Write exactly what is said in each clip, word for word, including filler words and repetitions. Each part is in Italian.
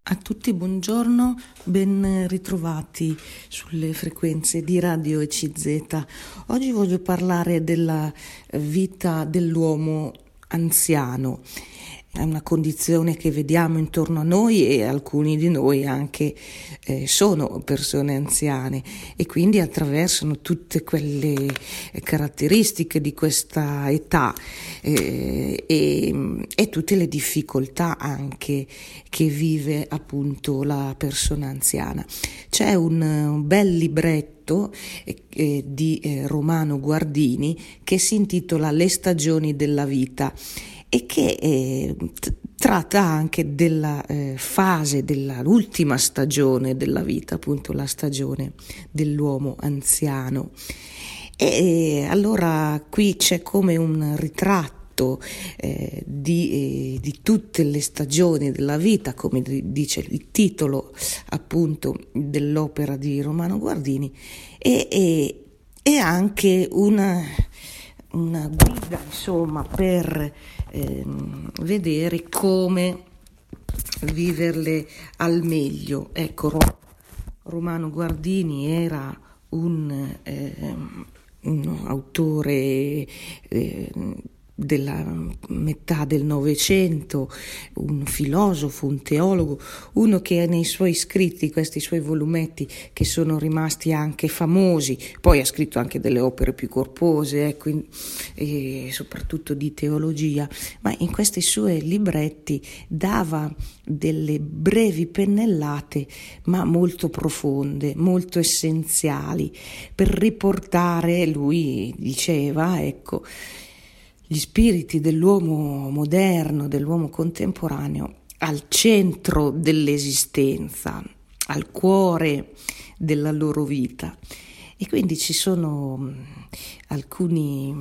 A tutti buongiorno, ben ritrovati sulle frequenze di Radio E C Z. Oggi voglio parlare della vita dell'uomo anziano. È una condizione che vediamo intorno a noi e alcuni di noi anche eh, sono persone anziane e quindi attraversano tutte quelle caratteristiche di questa età eh, e, e tutte le difficoltà anche che vive appunto la persona anziana. C'è un, un bel libretto eh, di eh, Romano Guardini che si intitola Le stagioni della vita e che eh, t- tratta anche della eh, fase dell'ultima stagione della vita, appunto la stagione dell'uomo anziano. E allora qui c'è come un ritratto eh, di, eh, di tutte le stagioni della vita, come dice il titolo appunto dell'opera di Romano Guardini, e, e, e anche una, una guida insomma per Eh, vedere come viverle al meglio. Ecco, Romano Guardini era un, eh, un autore eh, della metà del Novecento, un filosofo, un teologo, uno che nei suoi scritti, questi suoi volumetti che sono rimasti anche famosi, poi ha scritto anche delle opere più corpose, ecco, e soprattutto di teologia, ma in questi suoi libretti dava delle brevi pennellate ma molto profonde, molto essenziali, per riportare, lui diceva, ecco, gli spiriti dell'uomo moderno, dell'uomo contemporaneo, al centro dell'esistenza, al cuore della loro vita. E quindi ci sono alcuni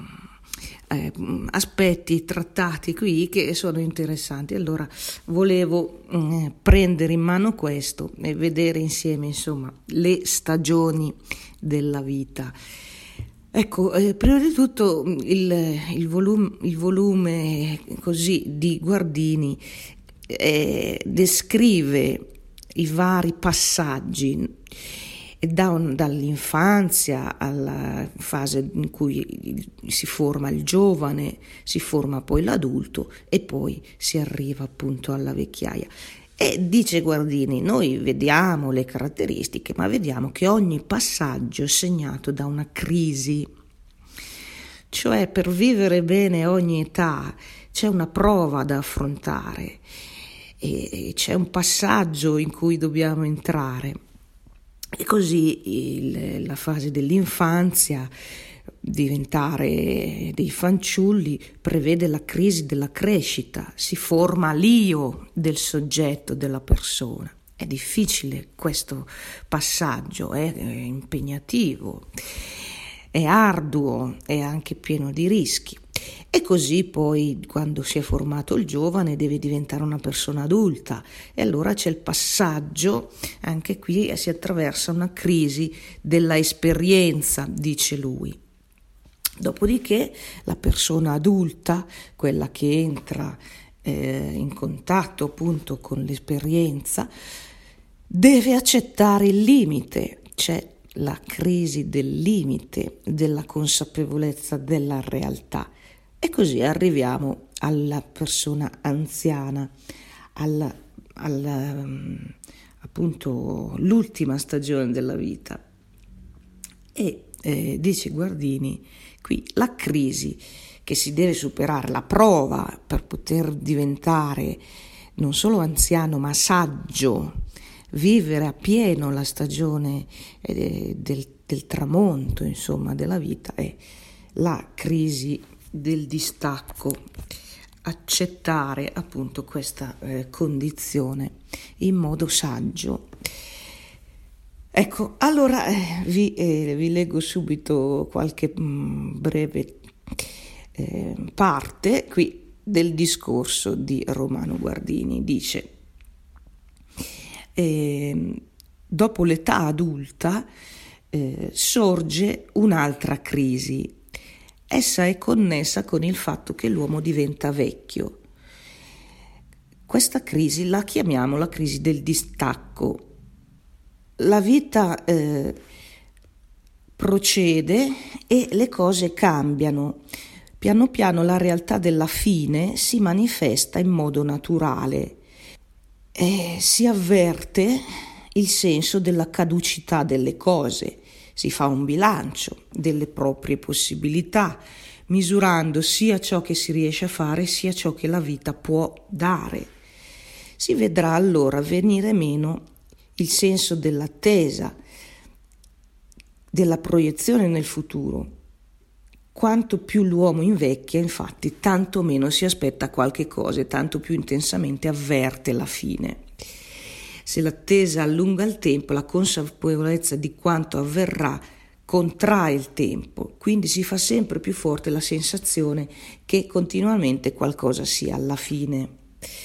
eh, aspetti trattati qui che sono interessanti. Allora volevo eh, prendere in mano questo e vedere insieme, insomma, le stagioni della vita. Ecco, eh, prima di tutto il, il, volume, il volume così di Guardini eh, descrive i vari passaggi da un, dall'infanzia alla fase in cui si forma il giovane, si forma poi l'adulto e poi si arriva appunto alla vecchiaia. E dice Guardini, noi vediamo le caratteristiche, ma vediamo che ogni passaggio è segnato da una crisi, cioè per vivere bene ogni età c'è una prova da affrontare e c'è un passaggio in cui dobbiamo entrare. E così il, la fase dell'infanzia, diventare dei fanciulli, prevede la crisi della crescita, si forma l'io del soggetto, della persona. È difficile questo passaggio, è impegnativo, è arduo, è anche pieno di rischi. E così poi, quando si è formato il giovane, deve diventare una persona adulta e allora c'è il passaggio, anche qui si attraversa una crisi della esperienza, dice lui. Dopodiché la persona adulta, quella che entra eh, in contatto appunto con l'esperienza, deve accettare il limite, c'è la crisi del limite, della consapevolezza della realtà. E così arriviamo alla persona anziana, alla, alla appunto l'ultima stagione della vita. E eh, dice Guardini qui la crisi che si deve superare, la prova per poter diventare non solo anziano ma saggio, vivere appieno la stagione eh, del, del tramonto, insomma, della vita, è la crisi del distacco, accettare appunto questa eh, condizione in modo saggio. Ecco, allora eh, vi, eh, vi leggo subito qualche mh, breve eh, parte qui del discorso di Romano Guardini. Dice, eh, dopo l'età adulta eh, sorge un'altra crisi. Essa è connessa con il fatto che l'uomo diventa vecchio. questa crisi la chiamiamo la crisi del distacco. La vita eh, procede e le cose cambiano. Piano piano la realtà della fine si manifesta in modo naturale e si avverte il senso della caducità delle cose, si fa un bilancio delle proprie possibilità, misurando sia ciò che si riesce a fare sia ciò che la vita può dare. Si vedrà allora venire meno il senso dell'attesa, della proiezione nel futuro. Quanto più l'uomo invecchia, infatti, tanto meno si aspetta qualche cosa e tanto più intensamente avverte la fine. Se l'attesa allunga il tempo, la consapevolezza di quanto avverrà contrae il tempo, quindi si fa sempre più forte la sensazione che continuamente qualcosa sia alla fine.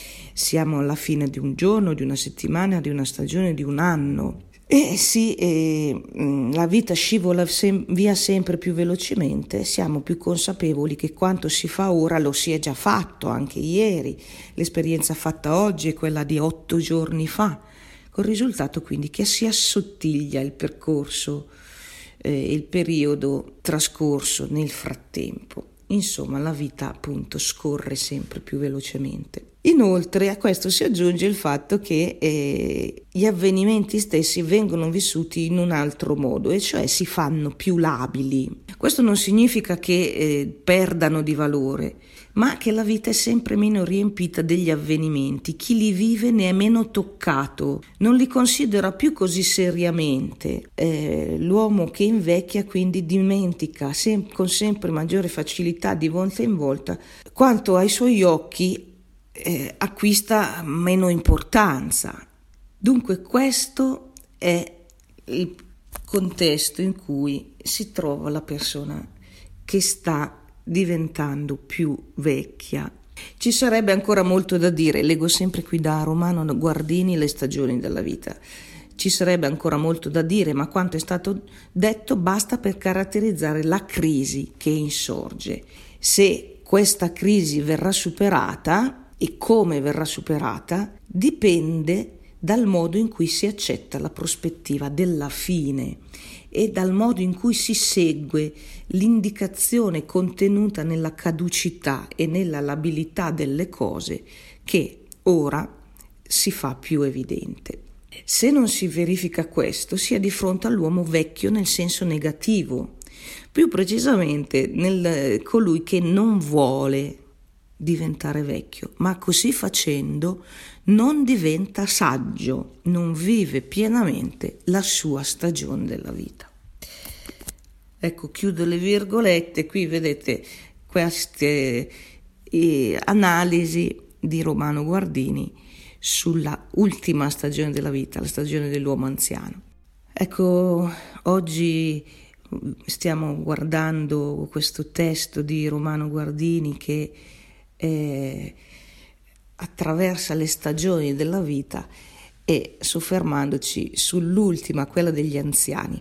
Siamo alla fine di un giorno, di una settimana, di una stagione, di un anno. E sì, eh, la vita scivola sem- via sempre più velocemente, siamo più consapevoli che quanto si fa ora lo si è già fatto anche ieri, l'esperienza fatta oggi è quella di otto giorni fa, col risultato quindi che si assottiglia il percorso, eh, il periodo trascorso nel frattempo. Insomma, la vita appunto scorre sempre più velocemente. Inoltre a questo si aggiunge il fatto che eh, gli avvenimenti stessi vengono vissuti in un altro modo, e cioè si fanno più labili. Questo non significa che eh, perdano di valore, ma che la vita è sempre meno riempita degli avvenimenti. Chi li vive ne è meno toccato, non li considera più così seriamente. Eh, l'uomo che invecchia quindi dimentica sem- con sempre maggiore facilità di volta in volta quanto ai suoi occhi eh, acquista meno importanza. Dunque questo è il contesto in cui si trova la persona che sta diventando più vecchia. Ci sarebbe ancora molto da dire, leggo sempre qui da Romano Guardini Le stagioni della vita. Ci sarebbe ancora molto da dire, ma quanto è stato detto basta per caratterizzare la crisi che insorge. Se questa crisi verrà superata e come verrà superata dipende dal modo in cui si accetta la prospettiva della fine e dal modo in cui si segue l'indicazione contenuta nella caducità e nella labilità delle cose che ora si fa più evidente. Se non si verifica questo, si è di fronte all'uomo vecchio nel senso negativo, più precisamente nel colui che non vuole diventare vecchio, ma così facendo non diventa saggio, non vive pienamente la sua stagione della vita. Ecco, chiudo le virgolette, qui vedete queste eh, analisi di Romano Guardini sulla ultima stagione della vita, la stagione dell'uomo anziano. Ecco, oggi stiamo guardando questo testo di Romano Guardini che Eh, attraversa le stagioni della vita e soffermandoci sull'ultima, quella degli anziani.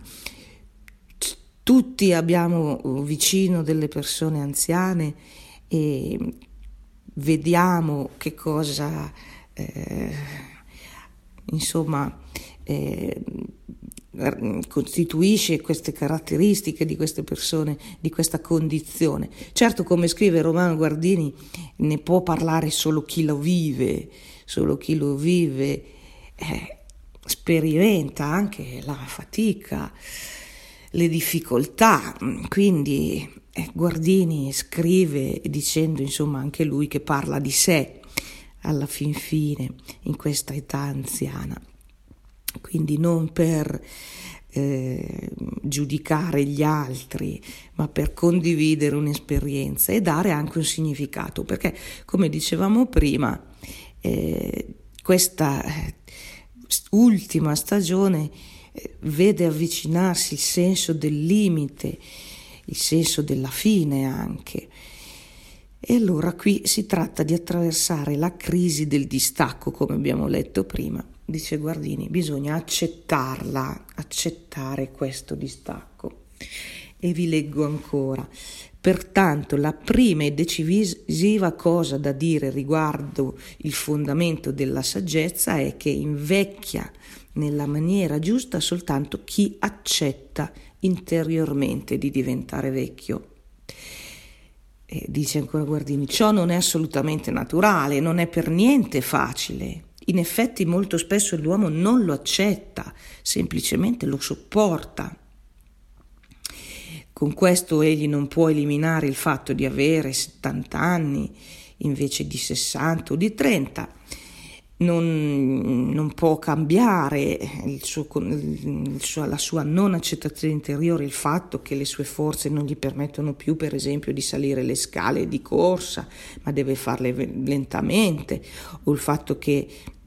Tutti abbiamo vicino delle persone anziane e vediamo che cosa eh, insomma eh, costituisce queste caratteristiche di queste persone, di questa condizione. Certo, come scrive Romano Guardini, ne può parlare solo chi lo vive, solo chi lo vive eh, sperimenta anche la fatica, le difficoltà, quindi eh, Guardini scrive dicendo insomma anche lui che parla di sé alla fin fine in questa età anziana. Quindi non per eh, giudicare gli altri, ma per condividere un'esperienza e dare anche un significato, perché come dicevamo prima, eh, questa eh, ultima stagione eh, vede avvicinarsi il senso del limite, il senso della fine anche. E allora qui si tratta di attraversare la crisi del distacco, come abbiamo letto prima. Dice Guardini, bisogna accettarla, accettare questo distacco. E vi leggo ancora. Pertanto la prima e decisiva cosa da dire riguardo il fondamento della saggezza è che invecchia nella maniera giusta soltanto chi accetta interiormente di diventare vecchio. E dice ancora Guardini, ciò non è assolutamente naturale, non è per niente facile. In effetti molto spesso l'uomo non lo accetta, semplicemente lo sopporta. Con questo egli non può eliminare il fatto di avere settanta anni invece di sessanta o di trenta, non, non può cambiare il suo, il suo, la sua non accettazione interiore, il fatto che le sue forze non gli permettono più, per esempio, di salire le scale di corsa, ma deve farle lentamente, o il fatto che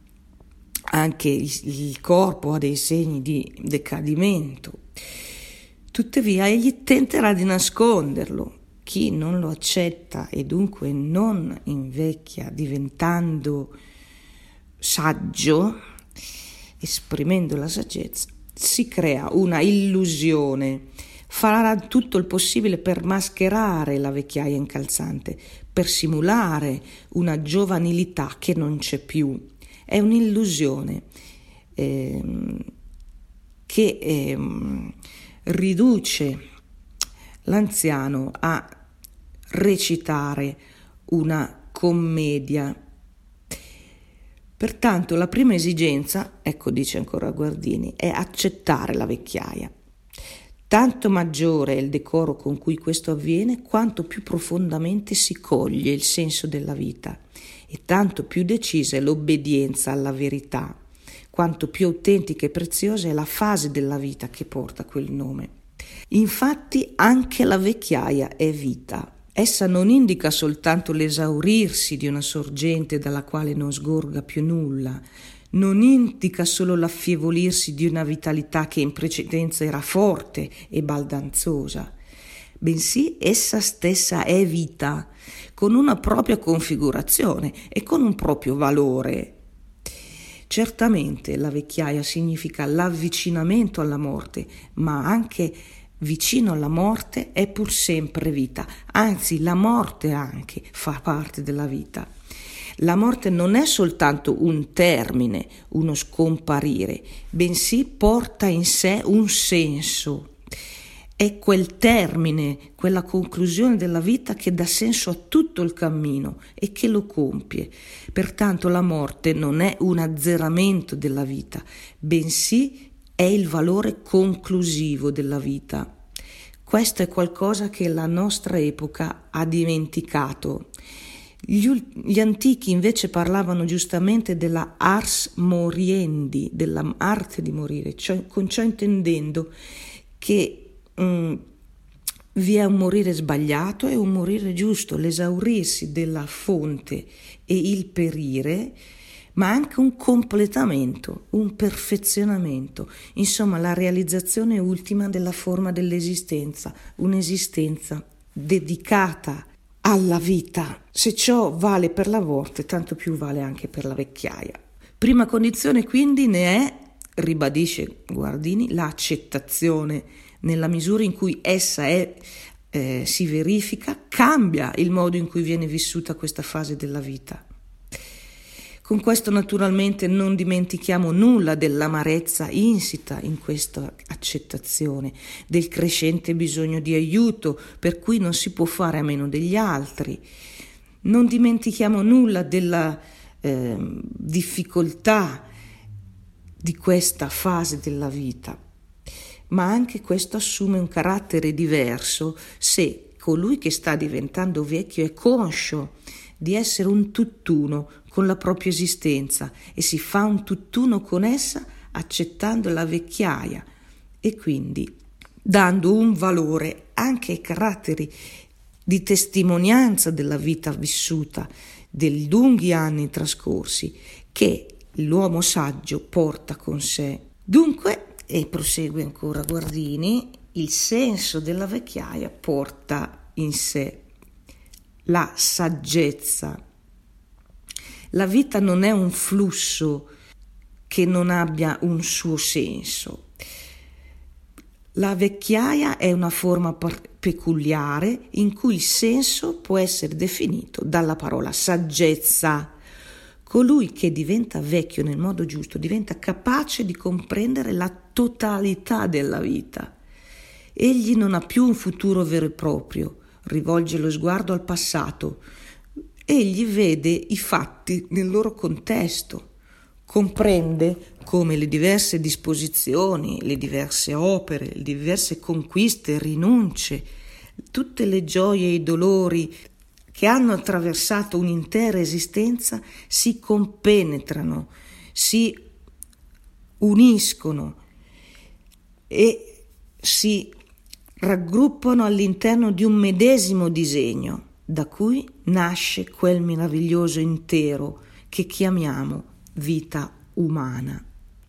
anche il corpo ha dei segni di decadimento. Tuttavia egli tenterà di nasconderlo. Chi non lo accetta e dunque non invecchia diventando saggio, esprimendo la saggezza, si crea una illusione, farà tutto il possibile per mascherare la vecchiaia incalzante, per simulare una giovanilità che non c'è più. È un'illusione ehm, che ehm, riduce l'anziano a recitare una commedia. Pertanto la prima esigenza, ecco dice ancora Guardini, è accettare la vecchiaia. Tanto maggiore è il decoro con cui questo avviene, quanto più profondamente si coglie il senso della vita, e tanto più decisa è l'obbedienza alla verità, quanto più autentica e preziosa è la fase della vita che porta quel nome. Infatti anche la vecchiaia è vita. Essa non indica soltanto l'esaurirsi di una sorgente dalla quale non sgorga più nulla, non indica solo l'affievolirsi di una vitalità che in precedenza era forte e baldanzosa, bensì essa stessa è vita, con una propria configurazione e con un proprio valore. Certamente la vecchiaia significa l'avvicinamento alla morte, ma anche vicino alla morte è pur sempre vita, anzi la morte anche fa parte della vita. La morte non è soltanto un termine, uno scomparire, bensì porta in sé un senso. È quel termine, quella conclusione della vita che dà senso a tutto il cammino e che lo compie. Pertanto la morte non è un azzeramento della vita, bensì è il valore conclusivo della vita. Questo è qualcosa che la nostra epoca ha dimenticato. Gli, gli antichi invece parlavano giustamente della ars moriendi, dell'arte di morire, cioè, con ciò intendendo che Mm, vi è un morire sbagliato e un morire giusto, l'esaurirsi della fonte e il perire, ma anche un completamento, un perfezionamento, insomma la realizzazione ultima della forma dell'esistenza, un'esistenza dedicata alla vita. Se ciò vale per la morte, tanto più vale anche per la vecchiaia. Prima condizione quindi ne è, ribadisce Guardini, l'accettazione. Nella misura in cui essa è, eh, si verifica, cambia il modo in cui viene vissuta questa fase della vita. Con questo naturalmente non dimentichiamo nulla dell'amarezza insita in questa accettazione, del crescente bisogno di aiuto per cui non si può fare a meno degli altri. Non dimentichiamo nulla della eh, difficoltà di questa fase della vita. Ma anche questo assume un carattere diverso se colui che sta diventando vecchio è conscio di essere un tutt'uno con la propria esistenza e si fa un tutt'uno con essa accettando la vecchiaia e quindi dando un valore anche ai caratteri di testimonianza della vita vissuta, dei lunghi anni trascorsi che l'uomo saggio porta con sé. Dunque, e prosegue ancora Guardini, il senso della vecchiaia porta in sé la saggezza. La vita non è un flusso che non abbia un suo senso. La vecchiaia è una forma par- peculiare in cui il senso può essere definito dalla parola saggezza. Colui che diventa vecchio nel modo giusto diventa capace di comprendere la totalità della vita. Egli non ha più un futuro vero e proprio, rivolge lo sguardo al passato. Egli vede i fatti nel loro contesto, comprende come le diverse disposizioni, le diverse opere, le diverse conquiste, rinunce, tutte le gioie e i dolori che hanno attraversato un'intera esistenza si compenetrano, si uniscono e si raggruppano all'interno di un medesimo disegno, da cui nasce quel meraviglioso intero che chiamiamo vita umana.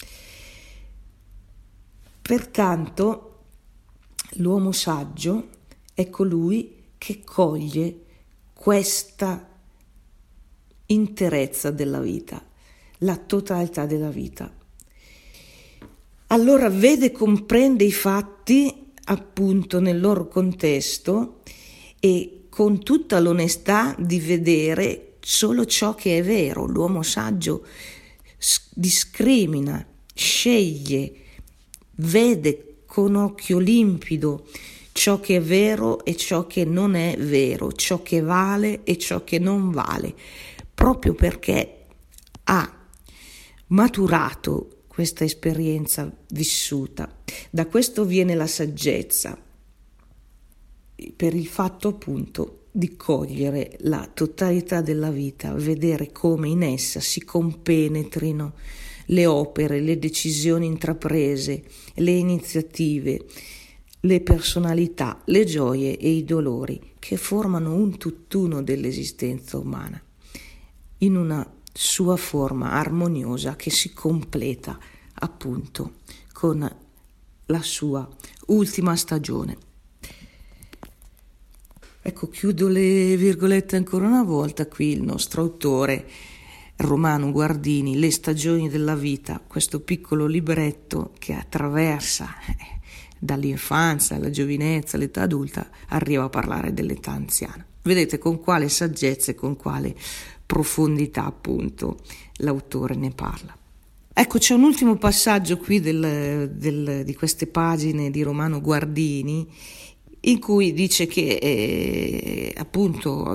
Pertanto l'uomo saggio è colui che coglie questa interezza della vita, la totalità della vita. Allora vede e comprende i fatti appunto nel loro contesto e con tutta l'onestà di vedere solo ciò che è vero. L'uomo saggio discrimina, sceglie, vede con occhio limpido ciò che è vero e ciò che non è vero, ciò che vale e ciò che non vale, proprio perché ha maturato questa esperienza vissuta. Da questo viene la saggezza, per il fatto appunto di cogliere la totalità della vita, vedere come in essa si compenetrino le opere, le decisioni intraprese, le iniziative, le personalità, le gioie e i dolori che formano un tutt'uno dell'esistenza umana, in una sua forma armoniosa che si completa appunto con la sua ultima stagione. Ecco, chiudo le virgolette ancora una volta. Qui il nostro autore Romano Guardini, Le stagioni della vita, questo piccolo libretto che attraversa eh, dall'infanzia alla giovinezza, all'età adulta, arriva a parlare dell'età anziana. Vedete con quale saggezza e con quale profondità appunto l'autore ne parla. Ecco, c'è un ultimo passaggio qui del, del, di queste pagine di Romano Guardini in cui dice che eh, appunto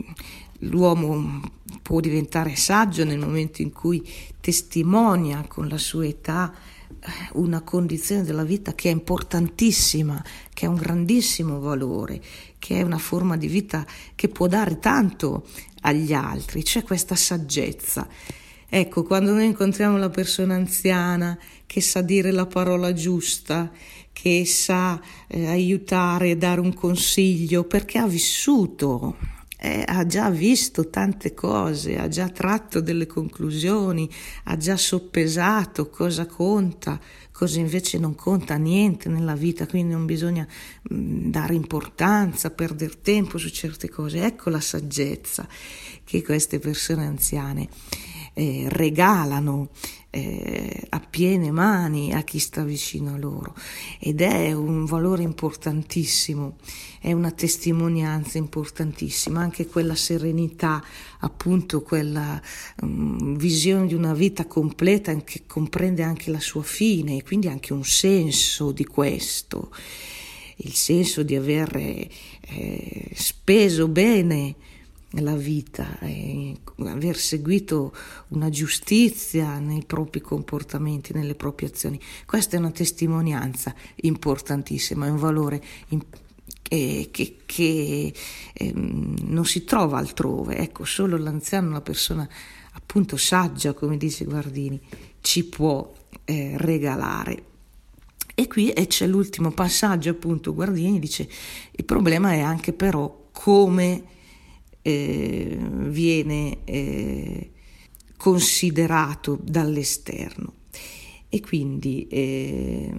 l'uomo può diventare saggio nel momento in cui testimonia con la sua età una condizione della vita che è importantissima, che ha un grandissimo valore, che è una forma di vita che può dare tanto agli altri. C'è questa saggezza. Ecco, quando noi incontriamo la persona anziana che sa dire la parola giusta, che sa eh, aiutare, dare un consiglio, perché ha vissuto, eh, ha già visto tante cose, ha già tratto delle conclusioni, ha già soppesato cosa conta, cosa invece non conta niente nella vita, quindi non bisogna mh, dare importanza, perdere tempo su certe cose. Ecco la saggezza che queste persone anziane eh, regalano eh, a piene mani a chi sta vicino a loro, ed è un valore importantissimo, è una testimonianza importantissima, anche quella serenità, appunto quella um, visione di una vita completa che comprende anche la sua fine e quindi anche un senso di questo, il senso di aver eh, speso bene la vita, e aver seguito una giustizia nei propri comportamenti, nelle proprie azioni. Questa è una testimonianza importantissima, è un valore in, eh, che, che eh, non si trova altrove. Ecco, solo l'anziano, una persona appunto saggia, come dice Guardini, ci può eh, regalare. E qui e c'è l'ultimo passaggio, appunto Guardini dice: il problema è anche però come Eh, viene eh, considerato dall'esterno, e quindi eh,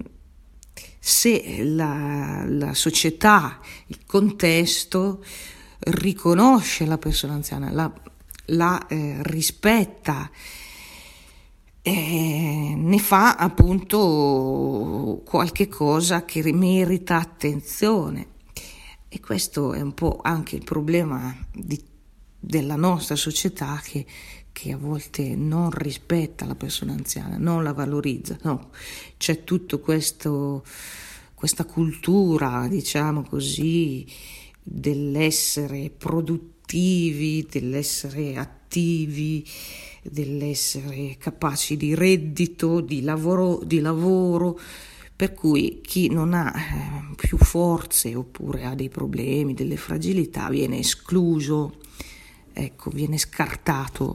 se la, la società, il contesto riconosce la persona anziana, la, la eh, rispetta, eh, ne fa appunto qualche cosa che merita attenzione. E questo è un po' anche il problema di, della nostra società che, che a volte non rispetta la persona anziana, non la valorizza. No, c'è tutto questo, questa cultura, diciamo così, dell'essere produttivi, dell'essere attivi, dell'essere capaci di reddito, di lavoro, di lavoro, per cui chi non ha eh, più forze oppure ha dei problemi, delle fragilità, viene escluso, ecco, viene scartato,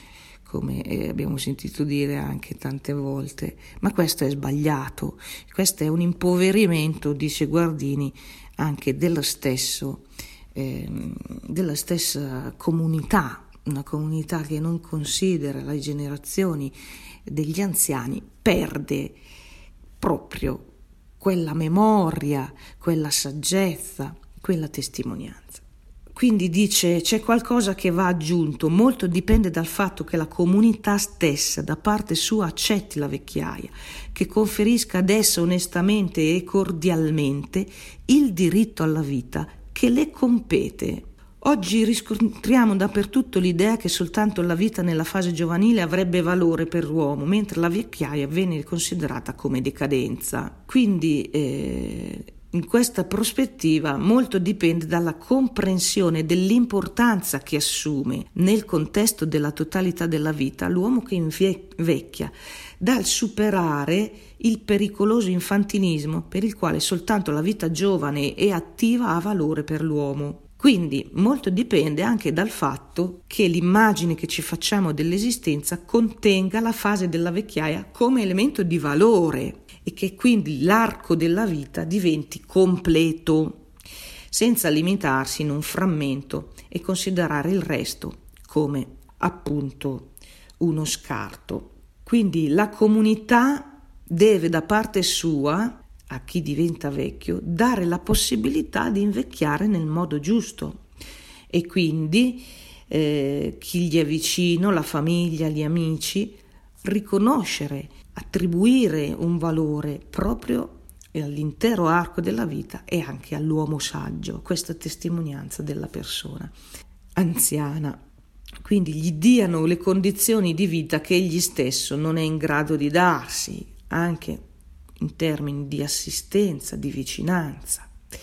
come eh, abbiamo sentito dire anche tante volte. Ma questo è sbagliato, questo è un impoverimento, dice Guardini, anche dello stesso, eh, della stessa comunità, una comunità che non considera le generazioni degli anziani, perde proprio quella memoria, quella saggezza, quella testimonianza. Quindi dice c'è qualcosa che va aggiunto, molto dipende dal fatto che la comunità stessa da parte sua accetti la vecchiaia, che conferisca ad essa onestamente e cordialmente il diritto alla vita che le compete. Oggi riscontriamo dappertutto l'idea che soltanto la vita nella fase giovanile avrebbe valore per l'uomo, mentre la vecchiaia viene considerata come decadenza. Quindi eh, in questa prospettiva molto dipende dalla comprensione dell'importanza che assume nel contesto della totalità della vita l'uomo che invecchia, dal superare il pericoloso infantilismo per il quale soltanto la vita giovane e attiva ha valore per l'uomo. Quindi molto dipende anche dal fatto che l'immagine che ci facciamo dell'esistenza contenga la fase della vecchiaia come elemento di valore e che quindi l'arco della vita diventi completo, senza limitarsi in un frammento e considerare il resto come appunto uno scarto. Quindi la comunità deve da parte sua, a chi diventa vecchio, dare la possibilità di invecchiare nel modo giusto e quindi eh, chi gli è vicino, la famiglia, gli amici, riconoscere, attribuire un valore proprio all'intero arco della vita e anche all'uomo saggio, questa testimonianza della persona anziana. Quindi gli diano le condizioni di vita che egli stesso non è in grado di darsi, anche in termini di assistenza, di vicinanza,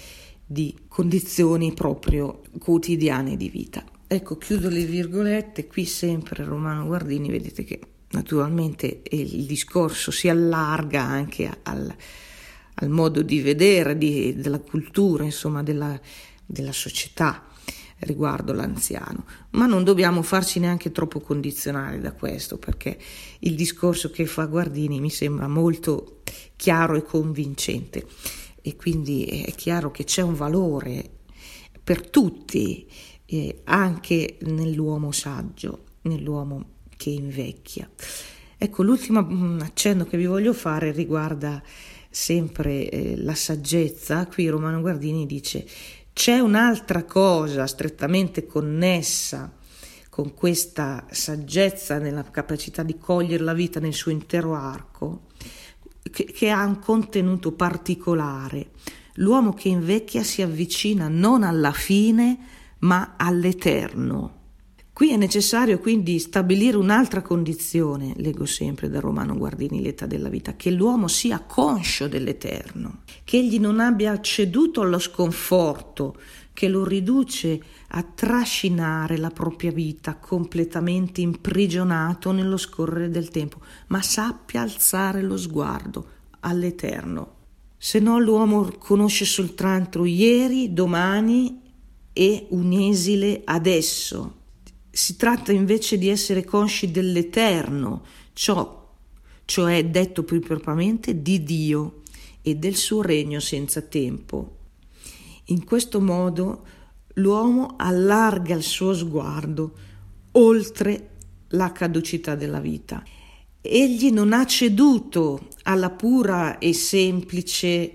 di condizioni proprio quotidiane di vita. Ecco, chiudo le virgolette, qui sempre Romano Guardini, vedete che naturalmente il discorso si allarga anche al, al modo di vedere di, della cultura, insomma, della, della società riguardo l'anziano, ma non dobbiamo farci neanche troppo condizionare da questo, perché il discorso che fa Guardini mi sembra molto chiaro e convincente e quindi è chiaro che c'è un valore per tutti, eh, anche nell'uomo saggio, nell'uomo che invecchia. Ecco, l'ultimo accenno che vi voglio fare riguarda sempre eh, la saggezza. Qui Romano Guardini dice: c'è un'altra cosa strettamente connessa con questa saggezza nella capacità di cogliere la vita nel suo intero arco, che, che ha un contenuto particolare. L'uomo che invecchia si avvicina non alla fine, ma all'eterno. Qui è necessario quindi stabilire un'altra condizione, leggo sempre da Romano Guardini, L'età della vita, che l'uomo sia conscio dell'eterno, che egli non abbia ceduto allo sconforto che lo riduce a trascinare la propria vita completamente imprigionato nello scorrere del tempo, ma sappia alzare lo sguardo all'eterno. Se no l'uomo conosce soltanto ieri, domani e un esile adesso. Si tratta invece di essere consci dell'eterno, ciò, cioè detto più propriamente di Dio e del suo regno senza tempo. In questo modo l'uomo allarga il suo sguardo oltre la caducità della vita. Egli non ha ceduto alla pura e semplice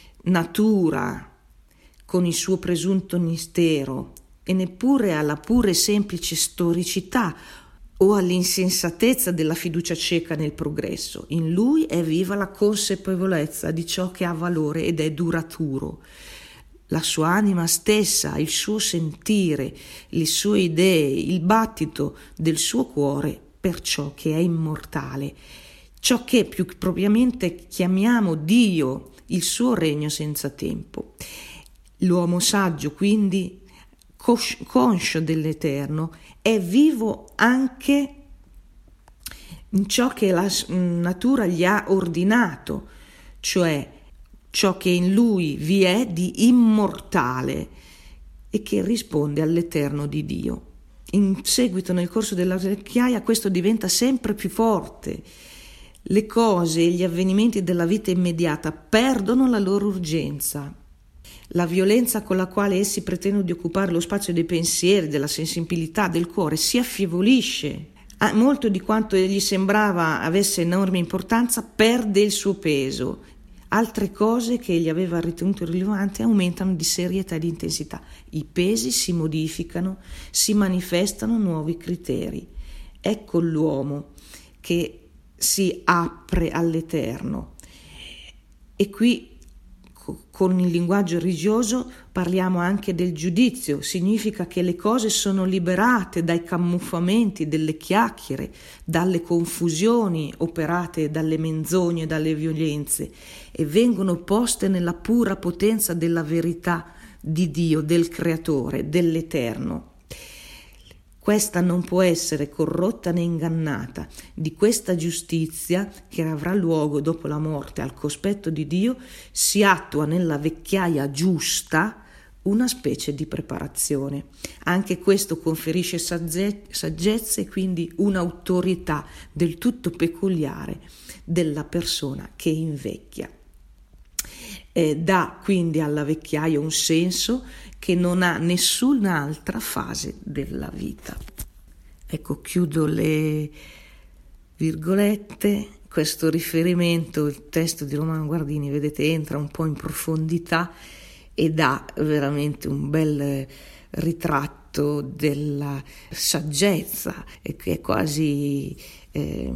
natura con il suo presunto mistero e neppure alla pura e semplice storicità o all'insensatezza della fiducia cieca nel progresso. In lui è viva la consapevolezza di ciò che ha valore ed è duraturo. La sua anima stessa, il suo sentire, le sue idee, il battito del suo cuore per ciò che è immortale, ciò che più propriamente chiamiamo Dio, il suo regno senza tempo. L'uomo saggio, quindi, conscio dell'eterno, è vivo anche in ciò che la natura gli ha ordinato, cioè ciò che in lui vi è di immortale e che risponde all'eterno di Dio. In seguito, nel corso della vecchiaia, questo diventa sempre più forte. Le cose e gli avvenimenti della vita immediata perdono la loro urgenza. La violenza con la quale essi pretendono di occupare lo spazio dei pensieri, della sensibilità, del cuore, si affievolisce. Molto di quanto gli sembrava avesse enorme importanza perde il suo peso. Altre cose che egli aveva ritenuto rilevanti aumentano di serietà e di intensità. I pesi si modificano, si manifestano nuovi criteri. Ecco l'uomo che si apre all'eterno. E qui, con il linguaggio religioso, parliamo anche del giudizio. Significa che le cose sono liberate dai camuffamenti delle chiacchiere, dalle confusioni operate dalle menzogne, dalle violenze, e vengono poste nella pura potenza della verità di Dio, del Creatore, dell'Eterno. Questa non può essere corrotta né ingannata. Di questa giustizia, che avrà luogo dopo la morte al cospetto di Dio, si attua nella vecchiaia giusta una specie di preparazione. Anche questo conferisce sagge- saggezza e quindi un'autorità del tutto peculiare della persona che invecchia. Eh, dà quindi alla vecchiaia un senso che non ha nessun'altra fase della vita. Ecco, chiudo le virgolette. Questo riferimento, il testo di Romano Guardini, vedete, entra un po' in profondità e dà veramente un bel ritratto della saggezza, e che è quasi eh,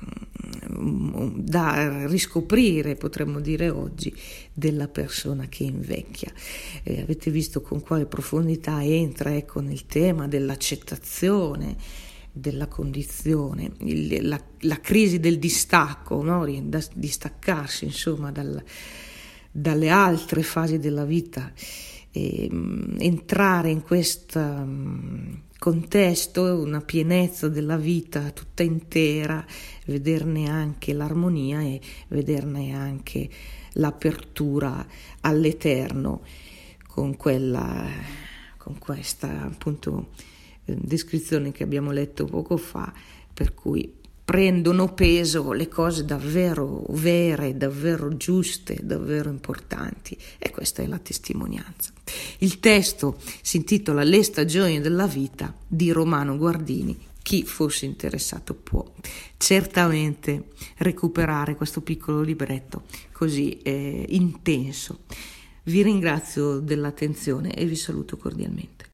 da riscoprire, potremmo dire oggi, della persona che invecchia. Eh, avete visto con quale profondità entra, ecco, nel tema dell'accettazione della condizione, il, la, la crisi del distacco, no? Da, distaccarsi insomma dal, dalle altre fasi della vita, e, um, entrare in questo um, contesto, una pienezza della vita tutta intera, vederne anche l'armonia e vederne anche l'apertura all'eterno, con quella, con questa appunto descrizione che abbiamo letto poco fa, per cui prendono peso le cose davvero vere, davvero giuste, davvero importanti, e questa è la testimonianza. Il testo si intitola Le stagioni della vita di Romano Guardini. Chi fosse interessato può certamente recuperare questo piccolo libretto così eh, intenso. Vi ringrazio dell'attenzione e vi saluto cordialmente.